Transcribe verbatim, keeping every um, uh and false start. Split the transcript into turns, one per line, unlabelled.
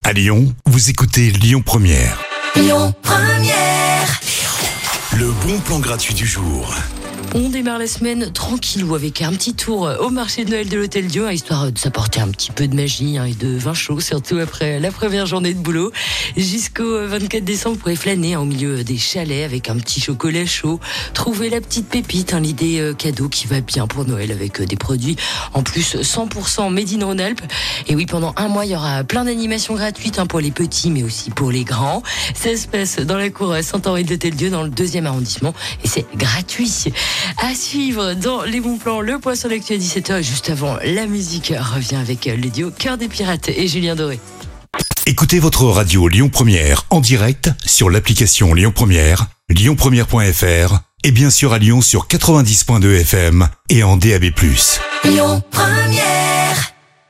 À Lyon, vous écoutez Lyon Première.
Lyon Première.
Le bon plan gratuit du jour.
On démarre la semaine tranquillou avec un petit tour au marché de Noël de l'Hôtel Dieu, hein, histoire de s'apporter un petit peu de magie hein, et de vin chaud, surtout après la première journée de boulot. Jusqu'au vingt-quatre décembre, vous pourrez flâner hein, au milieu des chalets avec un petit chocolat chaud. Trouver la petite pépite, hein, l'idée euh, cadeau qui va bien pour Noël avec euh, des produits en plus cent pour cent made in Rhône-Alpes. Et oui, pendant un mois, il y aura plein d'animations gratuites hein, pour les petits mais aussi pour les grands. Ça se passe dans la cour Saint-Henri de l'Hôtel Dieu dans le deuxième arrondissement et c'est gratuit. À suivre dans les bons plans, le point sur l'actu à dix-sept heures. Juste avant, la musique revient avec le duo Cœur des Pirates et Julien Doré.
Écoutez votre radio Lyon Première en direct sur l'application Lyon Première, lyon première point f r et bien sûr à Lyon sur quatre-vingt-dix virgule deux F M et en D A B plus.
Lyon Première.